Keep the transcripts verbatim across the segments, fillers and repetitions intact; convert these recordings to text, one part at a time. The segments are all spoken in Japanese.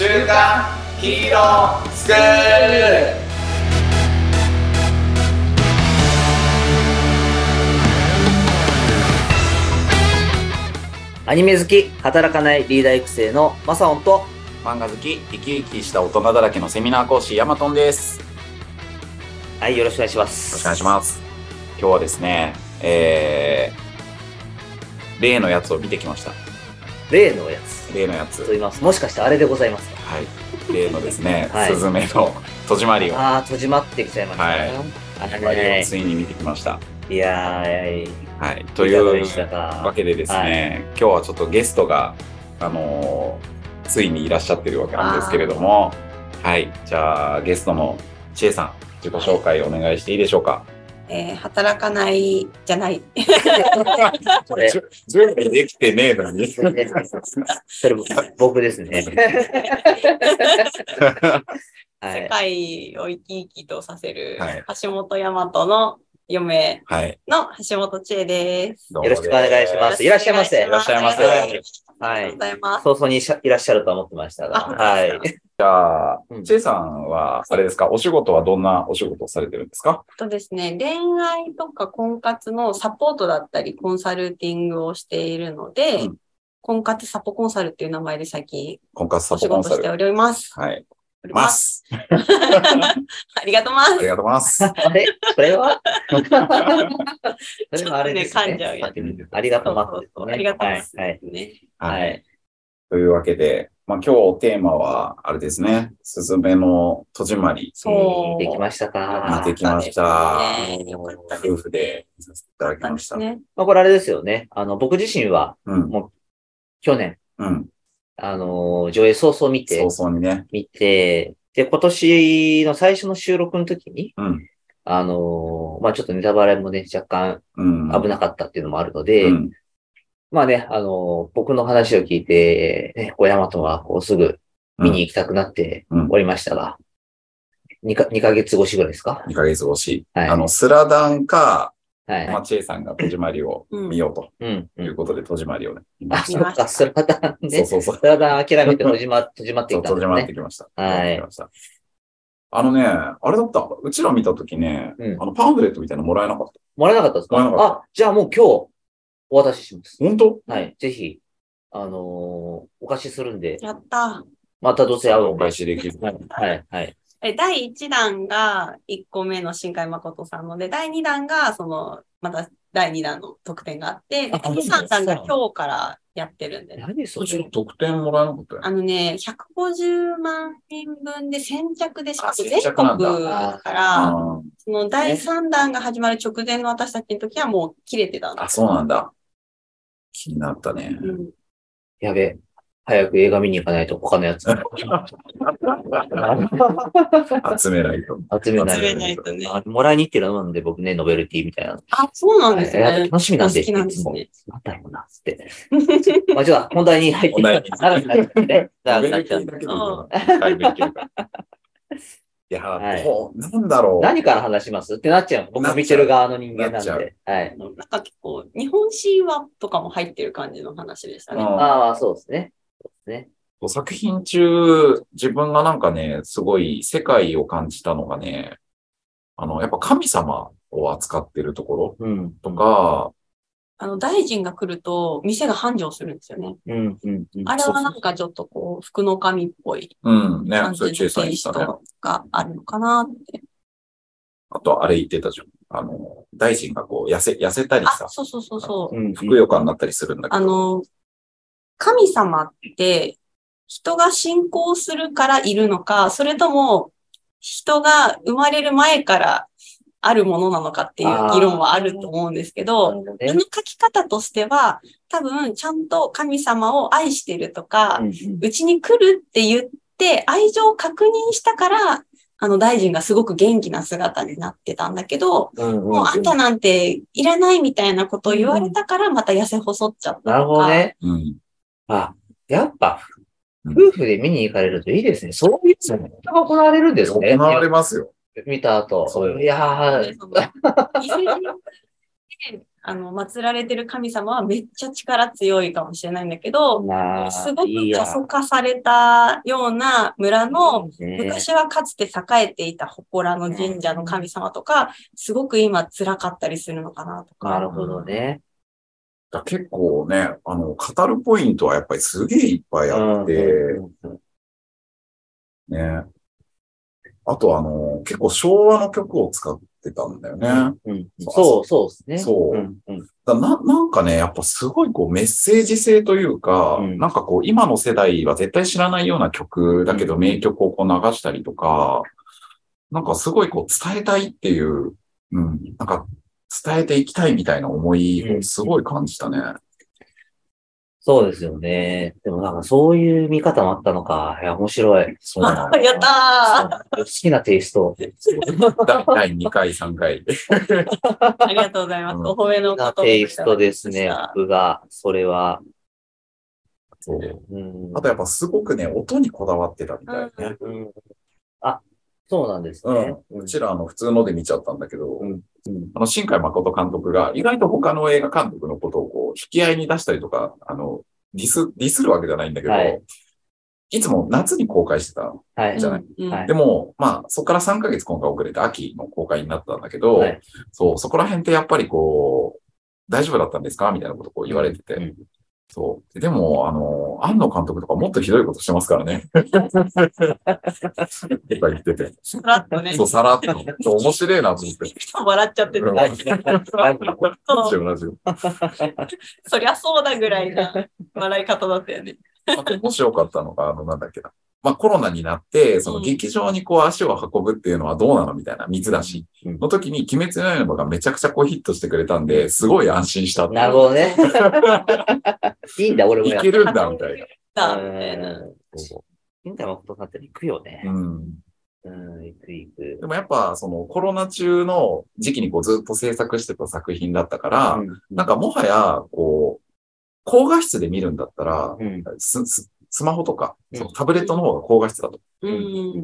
週刊ヒーロースクール。 アニメ好き、働かないリーダー育成のマサオンと、 漫画好き、生き生きした大人だらけのセミナー講師ヤマトンです。 はい、よろしくお願いします。 よろしくお願いします。今日はですね、えー、例のやつを見てきました。 例のやつ例のやつと言います。もしかしてあれでございますか？ はい、例のですね、 はい、 スズメの戸締まりを。 ああ、戸締まってきちゃいましたね。 はい、戸締まりをついに見てきました。 いやー、 はい、というわけでですね、はい、今日はちょっとゲストが、あのー、ついにいらっしゃってるわけなんですけれども、はい、じゃあゲストのちえさん、自己紹介お願いしていいでしょうか。 えー、働かないじゃない。 準備できてねえのに。それ僕ですね。 世界を生き生きとさせる橋本大和の嫁の橋本千恵です、 はい。よろしくお願いします。いらっしゃいませ。 いらっしゃいませ。 はい。ありがとうございます。 早々にいらっしゃると思ってましたが。はい。 じゃあ、千恵さんは、あれですか、お仕事はどんなお仕事をされてるんですか？ とですね、恋愛とか婚活のサポートだったり、コンサルティングをしているので、うん、婚活サポコンサルっていう名前で最近、 婚活サポコンサルお仕事しております。 はい。ます。 ありがとうます。 ありがとうます。 あれそれはそれはあれですね。 噛んじゃうやつ。 ありがとうます。 ありがとうます。 はい。 はい。というわけで、まあ、今日テーマは、あれですね。スズメの戸締まり。 そう。できましたか。 できました。 よかったです。 夫婦でさせていただきました。 ね、まあ、これあれですよね。あの、僕自身は、もう、去年、 うんあの、上映早々見て、 早々にね。 見て、で、今年の最初の収録の時に、 うん、 あの、まあちょっとネタバレもね、若干危なかったっていうのもあるので、うん、まあね、あの、僕の話を聞いて、ね、小山とはこうすぐ見に行きたくなっておりましたが、うん、に, かにかげつ越しぐらいですか ? に ヶ月越し。はい、あの、スラダンか、はい、まあ、千恵さんが戸締まりを見ようということで、戸締まりをね。 あ、そうか、スラダンね。 そうそうそう。 スラダン諦めて戸締ま、戸締まってきたんですね。 戸締まってきました。 はい。 あのね、あれだった。うちら見たときね、うん、あの、パンフレットみたいなのもらえなかった。 もらえなかったですか？あ、じゃあもう今日、お渡しします。 本当？ はい。ぜひ、あのー、お貸しするんで。 やった。 またどうせ会うお返しできる。 はい。はい。 えだいいち弾がいっこめの新海誠さんので、だいに弾がその、まただいに弾の特典があって、だいさん弾が今日からやってるんで、ね。 何それ特典もらえなかったよ。 あのね、ひゃくごじゅうまんにんぶんで先着でしか全国から、そのだいさん弾が始まる直前の私たちの時はもう切れてたんだ。 あ、そうなんだ。気になったね。 うん、やべ。早く映画見に行かないと他のやつ。 集めないと。 集めないと。 集めないとね。 もらいに行ってるので僕ね、ノベルティみたいな。 あ、そうなんですね。 楽しみなんで。 好きなんですね。 なんだろうな、つって。まあ、じゃあ、本題に入っていきます。長くなっちゃってね。長くなっちゃって。 いや、はい、こう、なんだろう。 何から話しますってなっちゃう。僕見てる側の人間なんで。はい。 なんか結構、日本神話とかも入ってる感じの話でしたね。 ああ、そうですね。そうですね。 作品中、自分がなんかね、すごい世界を感じたのがね、あの、やっぱ神様を扱ってるところとか、 うん、あの、大臣が来ると、店が繁盛するんですよね。 うんうんうん、 あれはなんかちょっとこう、福の神っぽい感じのテイストがあるのかなって。 あと、あれ言ってたじゃん。あの、大臣がこう、痩せ、痩せたりさ。 そうそうそうそう。 ふくよかになったりするんだけど。 あの、神様って、人が信仰するからいるのか、それとも人が生まれる前からあるものなのかっていう議論はあると思うんですけど、あの書き方としては、多分ちゃんと神様を愛してるとか、うち、ん、に来るって言って愛情を確認したから、あの大臣がすごく元気な姿になってたんだけど、うんうんうん、もうあんたなんていらないみたいなことを言われたからまた痩せ細っちゃったとか。 なるほどね。うん、あ、やっぱ夫婦で見に行かれるといいですね。そういうことが行われるんですね。 行われますよ。 見た後。いやー。 あの、祀られてる神様はめっちゃ力強いかもしれないんだけど、まあ、すごく過疎化されたような村の、昔はかつて栄えていた祠の神社の神様とか、すごく今辛かったりするのかなとか。 なるほどね。 だ結構ね、あの、語るポイントはやっぱりすげえいっぱいあって、ね。あとあの、結構昭和の曲を使ってたんだよね。 うんうん、そう、そうですね。 そう。うんうん、だななんかね、やっぱすごいこうメッセージ性というか、うん、なんかこう今の世代は絶対知らないような曲だけど名曲をこう流したりとか、なんかすごいこう伝えたいっていう、うん、なんか伝えていきたいみたいな思いをすごい感じたね。うん、 そうですよね。でもなんかそういう見方もあったのか。いや、面白い。 そうなの。やったー好きなテイスト。 だいにかい、さんかい。 ありがとうございます。お褒めの言葉。 テイストですね。僕が、それは。 そう。うん、あとやっぱすごくね、音にこだわってたみたいね。 うん、あ、そうなんですね。 うん。うちらあの普通ので見ちゃったんだけど、うんうん、あの新海誠監督が意外と他の映画監督のことをこう引き合いに出したりとか、あの、ディス、ディスるわけじゃないんだけど、はい、いつも夏に公開してたじゃない。はいはい、でも、まあ、そこからさんかげつ今回遅れて秋の公開になったんだけど、はい、そう、そこら辺ってやっぱりこう、大丈夫だったんですかみたいなことをこう言われてて。うんうん、そう。でも、あの、庵野監督とかもっとひどいことしてますからね。とか言ってて。 さらっとね。 そう、さらっと。面白いなと思って。 笑っちゃってて。ラジオ、ラジオ。 そりゃそうだぐらいな笑い方だったよね。 面白かったのが、あの、なんだっけな。まあコロナになって、その劇場にこう足を運ぶっていうのはどうなのみたいな水出しの時に鬼滅の刃がめちゃくちゃこうヒットしてくれたんで、すごい安心したって。 なるほどね。いいんだ、俺もやっていけるんだ、みたいな。 だ、みたいな。 新海誠さんって行くよね。うん。うん、行く行く。 でもやっぱそのコロナ中の時期にこうずっと制作してた作品だったから、うん、なんかもはや、こう、高画質で見るんだったら、うん、すすスマホとか、うん、そのタブレットの方が高画質だと。うん、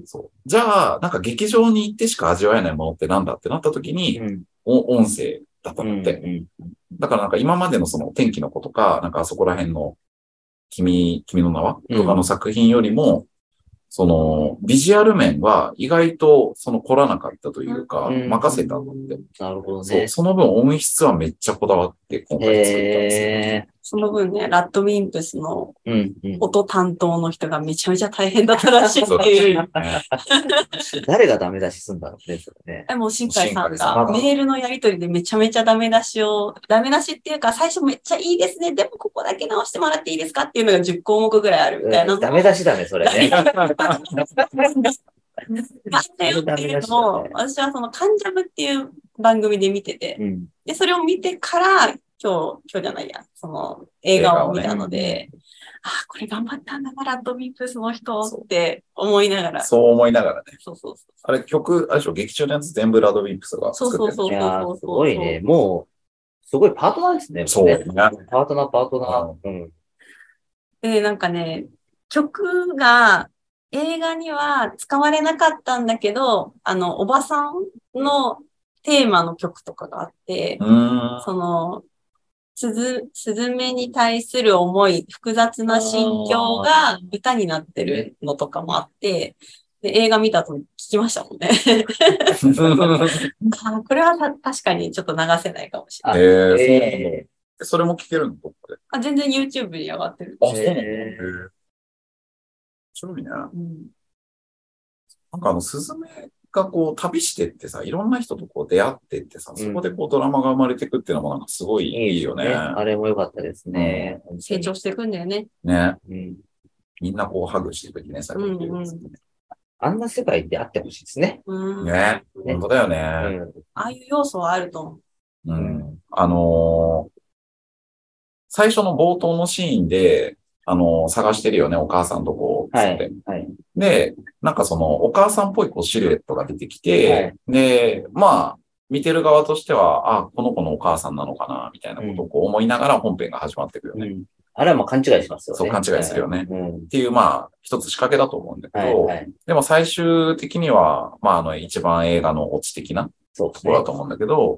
そうじゃあ、なんか劇場に行ってしか味わえないものってなんだってなった時に、うん、音声だったんだって、うんうん。だからなんか今までのその天気の子とか、なんかあそこら辺の君、君の名はとかの作品よりも、その、ビジュアル面は意外とその凝らなかったというか、うん、任せたんだって。 なるほどね。 そう、その分音質はめっちゃこだわって今回作ったんですよ。 へー。その分ね、ラッドウィンプスの音担当の人がめちゃめちゃ大変だったらしいっていう。 誰がダメ出しすんだろうね、それね。 もう新海さんがメールのやりとりでめちゃめちゃダメ出しを、ダメ出しっていうか最初めっちゃいいですね。でもここだけ直してもらっていいですかっていうのがじゅっこうもくぐらいあるみたいな。 ダメ出しだね、それね。 なんだよっていうのを、私はそのカンジャムっていう番組で見てて、うん、で、それを見てから、今日、今日じゃないや、その映画を見たので、ね、あ、これ頑張ったんだな、ラッドウィンプスの人って思いながら。 そう思いながらね。 そうそうそう。 あれ、曲、あれでしょ、劇中のやつ全部ラッドウィンプスが作ってる。 そうそうそうそう。 すごいね。もう、すごいパートナーですね。 そうね。 パートナー、パートナー。うん。 で、なんかね、曲が、映画には使われなかったんだけど、あの、おばさんのテーマの曲とかがあって、その、すず、すずめに対する思い、複雑な心境が歌になってるのとかもあって、で映画見た後聞きましたもんね。あ、これは確かにちょっと流せないかもしれない。 えー、えー、それも聞けるのどっかであ全然 YouTube に上がってる。 あ、そうなんだ。えー面白いね。うん、なんかあの、スズメがこう、旅してってさ、いろんな人とこう出会ってってさ、そこでこうドラマが生まれていくっていうのもなんかすごいいいよね。いいねあれも良かったですね。 うん、成長していくんだよね。 ね。うん、みんなこうハグしていくね、最後に、うんうん。 あんな世界であってほしいですね。 うん、ね。本当だよね、うん。 ああいう要素はあると思う。うん。あのー、最初の冒頭のシーンで、あの、探してるよね、お母さんとこう、つって、はい。はい。で、なんかその、お母さんっぽいこうシルエットが出てきて、はい、で、まあ、見てる側としては、あ、この子のお母さんなのかな、みたいなことをこう思いながら本編が始まっていくよね。うん、 あれはもう勘違いしますよね。 そう、勘違いするよね。はい、っていう、まあ、一つ仕掛けだと思うんだけど、はいはい、でも最終的には、まあ、あの、一番映画のオチ的なところだと思うんだけど、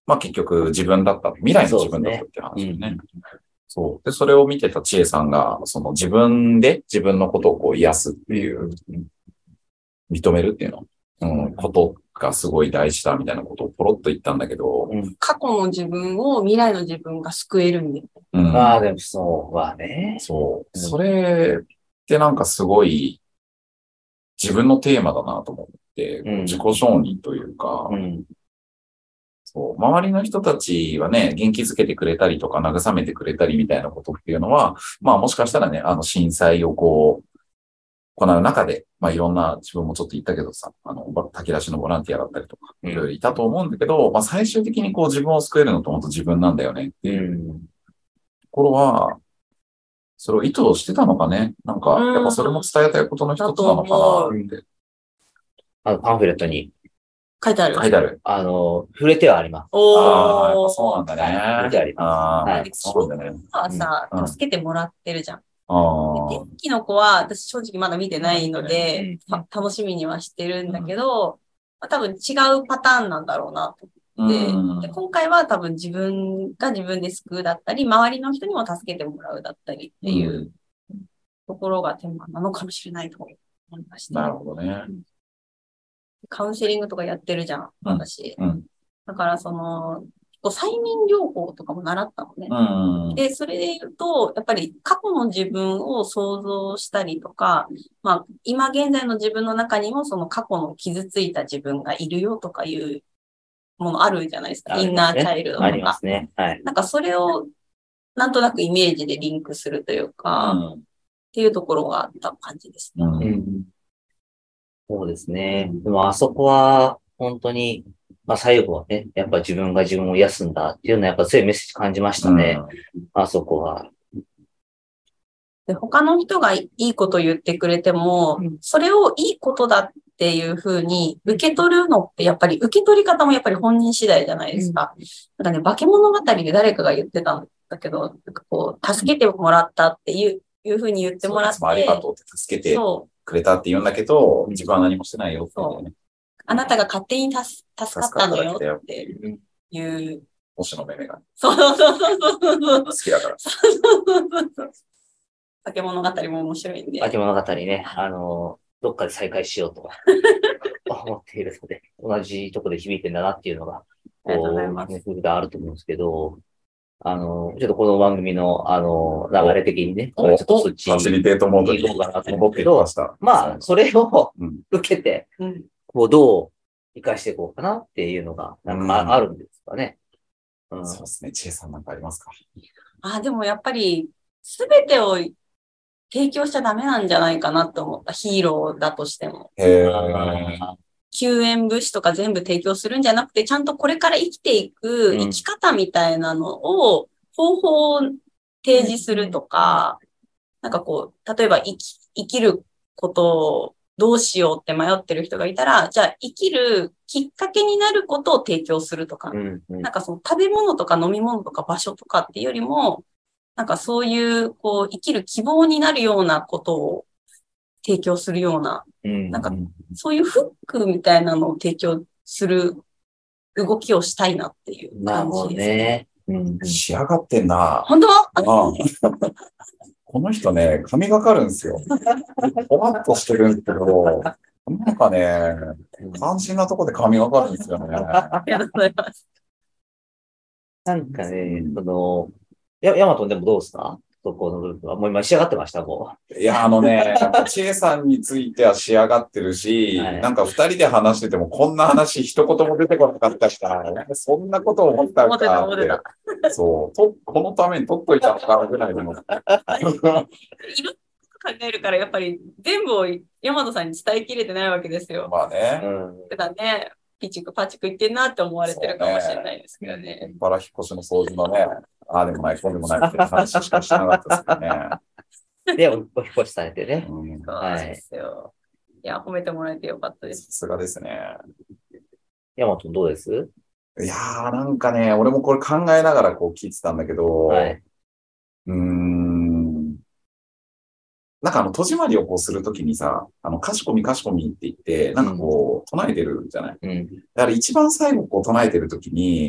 まあ結局自分だった、未来の自分だったっていう話ですね。そうですね。そう。で、それを見てた千恵さんが、その自分で自分のことをこう癒すっていう、認めるっていうの、うん、ことがすごい大事だみたいなことをポロッと言ったんだけど、 うん、過去の自分を未来の自分が救えるんだよ。 うん。ああ、でもそうはね。 そう。それってなんかすごい自分のテーマだなと思って、うん、自己承認というか、うんそう、周りの人たちはね、元気づけてくれたりとか、慰めてくれたりみたいなことっていうのは、まあもしかしたらね、あの震災をこう、行う中で、まあいろんな、自分もちょっと言ったけどさ、あの、炊き出しのボランティアだったりとか、いろいろいたと思うんだけど、まあ最終的にこう自分を救えるのって本当自分なんだよねっていうところは、それを意図してたのかね。なんか、やっぱそれも伝えたいことの一つなのかなって。 あの、パンフレットに。 書いてある。 書いてある。 あの、触れてはあります。 おー。 ああ、やっぱそうなんだね。 触れてはあります。 ああ、 はい。そうなんだね。はさ、うん、助けてもらってるじゃん。 あで、天気の子は、私正直まだ見てないので、楽しみにはしてるんだけど、まあ、多分違うパターンなんだろうなと思って、で、今回は多分自分が自分で救うだったり、周りの人にも助けてもらうだったりっていうところがテーマなのかもしれないと思いました。 なるほどね。 カウンセリングとかやってるじゃん、私。 うんうん、だからその、催眠療法とかも習ったのね。 うん、 で、それで言うと、やっぱり過去の自分を想像したりとか、まあ、今現在の自分の中にもその過去の傷ついた自分がいるよとかいうものあるじゃないですか。 すね、 インナーチャイルドとか。 ありますね。はい。 なんかそれをなんとなくイメージでリンクするというか、うん、っていうところがあった感じですね。 うん、そうですね。でもあそこは本当に、まあ最後はね、やっぱ自分が自分を癒すんだっていうのはやっぱ強いメッセージ感じましたね。うん、あそこは。 で、他の人がいいこと言ってくれても、うん、それをいいことだっていうふうに受け取るのってやっぱり受け取り方もやっぱり本人次第じゃないですか。うん、なんかね、化け物語で誰かが言ってたんだけど、なんかこう、助けてもらったっていう、いうふうに言ってもらって。 ありがとうって助けてくれたって言うんだけど、自分は何もしてないよって言うんだよね。あなたが勝手に助助かったのよっていう。 星のめめが。 そうそうそうそう。 好きだから。 化け物語も面白いんで。 化け物語ね、あの、どっかで再会しようと思っているので、同じとこで響いてんだなっていうのが、こう、ね、普段あると思うんですけど、あの、ちょっとこの番組の、あの、流れ的にね、ちょっとそっちにファシリテートモードに行こうかなと思うけど、まあ、それを受けて、うん、こう、どう生かしていこうかなっていうのが、なんかあるんですかね。 うんうん、そうですね。千恵さんなんかありますか？ あ、でもやっぱり、すべてを提供しちゃダメなんじゃないかなと思った。ヒーローだとしても。 へー。 救援物資とか全部提供するんじゃなくて、ちゃんとこれから生きていく生き方みたいなのを、方法を提示するとか、なんかこう、例えば生き、生きることをどうしようって迷ってる人がいたら、じゃあ生きるきっかけになることを提供するとか、うんうん、なんかその食べ物とか飲み物とか場所とかっていうよりも、なんかそういう、こう、生きる希望になるようなことを提供するような、うんうん、なんかそういうフックみたいなのを提供する動きをしたいなっていう感じですね。 うんうん、仕上がってんな。 本当？ うんこの人ね、神がかるんですよ。ぽわっとしてるんですけど、なんかね、肝心なとこで神がかるんですよね。 ありがとうございます。 なんかね、その、や、ヤマトンでもどうですか？そこの部分は。もう今仕上がってました、もう。いや、あのね、千恵さんについては仕上がってるし、はい、なんか二人で話しててもこんな話一言も出てこなかったしな、そんなことを思ったのかって。そうと。このために取っといたのかぐらいの。いろんなこと考えるから、やっぱり全部を大和さんに伝えきれてないわけですよ。 まあね。 うん。普段ね、ピチクパチク言ってんなって思われてるかもしれないですけどね。 ねパラ引っ越しの掃除のね、ああでもない、こうでもないって話しかしなかったですよね。 で、お引っ越しされてね。 うん、そうですよ。いや、褒めてもらえてよかったです。 さすがですね。 ヤマトどうです？ いやー、なんかね、俺もこれ考えながらこう聞いてたんだけど、はい、うーん。なんかあの、戸締まりをこうするときにさ、あの、かしこみかしこみって言って、なんかこう、唱えてるじゃない。うん、だから一番最後こう唱えてるときに、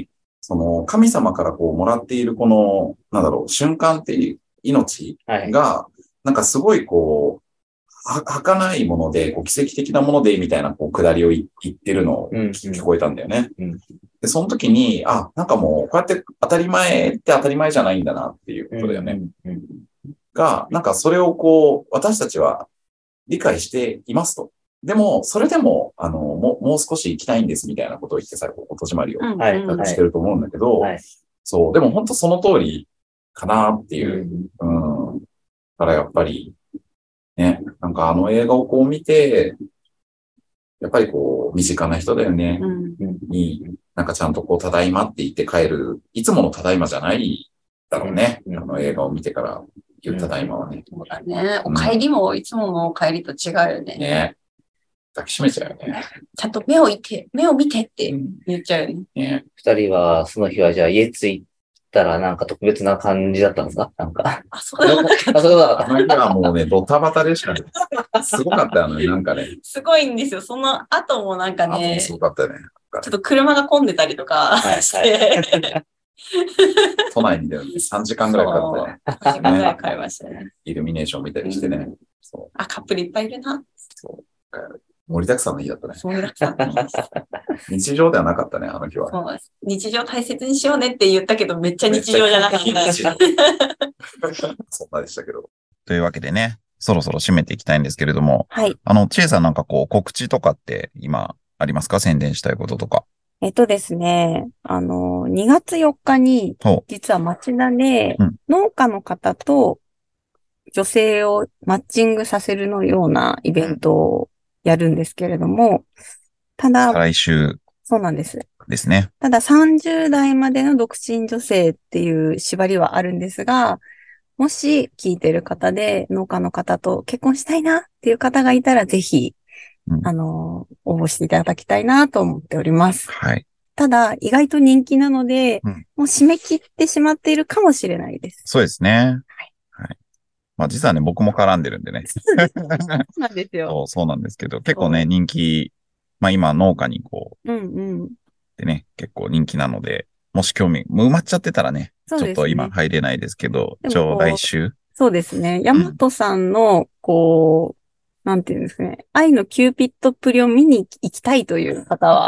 その神様からこうもらっているこの、なんだろう、瞬間っていう命が、はい、なんかすごいこう、は、儚いもので、こう奇跡的なもので、みたいな、こう、下りを言ってるのを聞こえたんだよね。うんうん、で、その時に、あ、なんかもう、こうやって当たり前って当たり前じゃないんだなっていうことだよね。うんうんうん、が、なんかそれをこう、私たちは理解していますと。でも、それでも、あの、もう、もう少し行きたいんです、みたいなことを言って最後、お戸締まりをしてると思うんだけど、はいはい、そう、でも本当その通りかなっていう。うん。うん、だからやっぱり、ね、なんかあの映画をこう見て、やっぱりこう、身近な人だよね。うん、に、なんかちゃんとこう、ただいまって言って帰る、いつものただいまじゃないだろうね。うん、あの映画を見てから言うただいまはね。 そうだね。お帰りもいつものお帰りと違うよね。 ね。抱きしめちゃうよね。 ちゃんと目を見て、目を見てって言っちゃうよね。 ね。二人は、その日はじゃあ家着いたらなんか特別な感じだったんですか？なんか。 あ、そうだった。 あ、そうだった。あの日はもうね、ドタバタでしたね。すごかったよね、なんかね。 すごいんですよ。その後もなんかね。 すごかったよね。 ちょっと車が混んでたりとかして。はいはい、 都内に出るのにさんじかんぐらいかかったね。 さんじかんぐらいかかりましたね。 イルミネーション見たりしてね。うん、 そうあ、カップルいっぱいいるな。そう盛りだくさんの日だったね。 盛りだくさんの日。 日常ではなかったね、あの日は。 そうです。日常大切にしようねって言ったけど、めっちゃ日常じゃなかった。 そんなでしたけど。というわけでね、そろそろ締めていきたいんですけれども。 はい。 あの、ちえさんなんかこう、告知とかって今ありますか？宣伝したいこととか。 えっとですね、あの、にがつよっかに、実は町田で、農家の方と女性をマッチングさせるのようなイベントをやるんですけれども、ただ、 来週。 そうなんです。 ですね。 たださんじゅう代までの独身女性っていう縛りはあるんですが、もし聞いてる方で農家の方と結婚したいなっていう方がいたら、ぜひ、うん、あの、応募していただきたいなと思っております。 はい。 ただ、意外と人気なので、うん、もう締め切ってしまっているかもしれないです。 そうですね。はい。はい、まあ実はね、僕も絡んでるんでね。 そうなんですよ。 そう、そうなんですけど、結構ね、人気、まあ今農家にこう、うんうん。 でね、結構人気なので、もし興味、もう埋まっちゃってたらね、ねちょっと今入れないですけど、一応来週。 そうですね。ヤマトさんの、こう、なんていうんですかね。愛のキューピッドプリを見に行きたいという方は。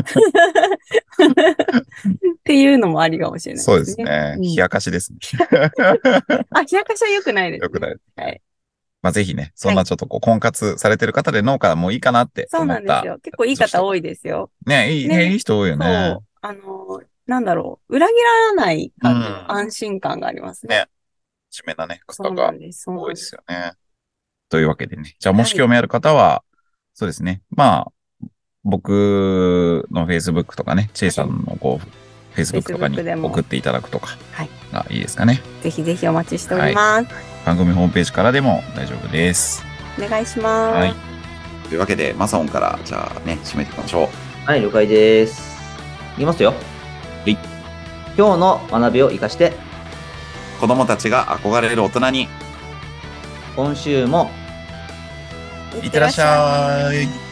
っていうのもありかもしれないですね。 そうですね。うん、冷やかしですね。 あ、冷やかしは良くないです、ね。 良くない。 はい。 まあぜひね、そんなちょっとこう、婚活されてる方で農家もいいかなって思った。 そうなんですよ。結構いい方多いですよ。 ね、いい、ね、いい人多いよね。 そう。あの、なんだろう。裏切らない感じ、うん、安心感がありますね。 ね。締めなね、方が多いですよね。というわけでね。じゃあ、もし興味ある方は、はい、そうですね。まあ、僕の Facebook とかね、チェイさんのこう、Facebook とかに送っていただくとかがいいですかね。 ぜひぜひお待ちしております。はい、 番組ホームページからでも大丈夫です。 お願いします。はい。 というわけで、マサオンからじゃあね、締めていきましょう。 はい、了解です。いきますよ。はい。今日の学びを生かして、 子供たちが憧れる大人に、 今週もいってらっしゃい。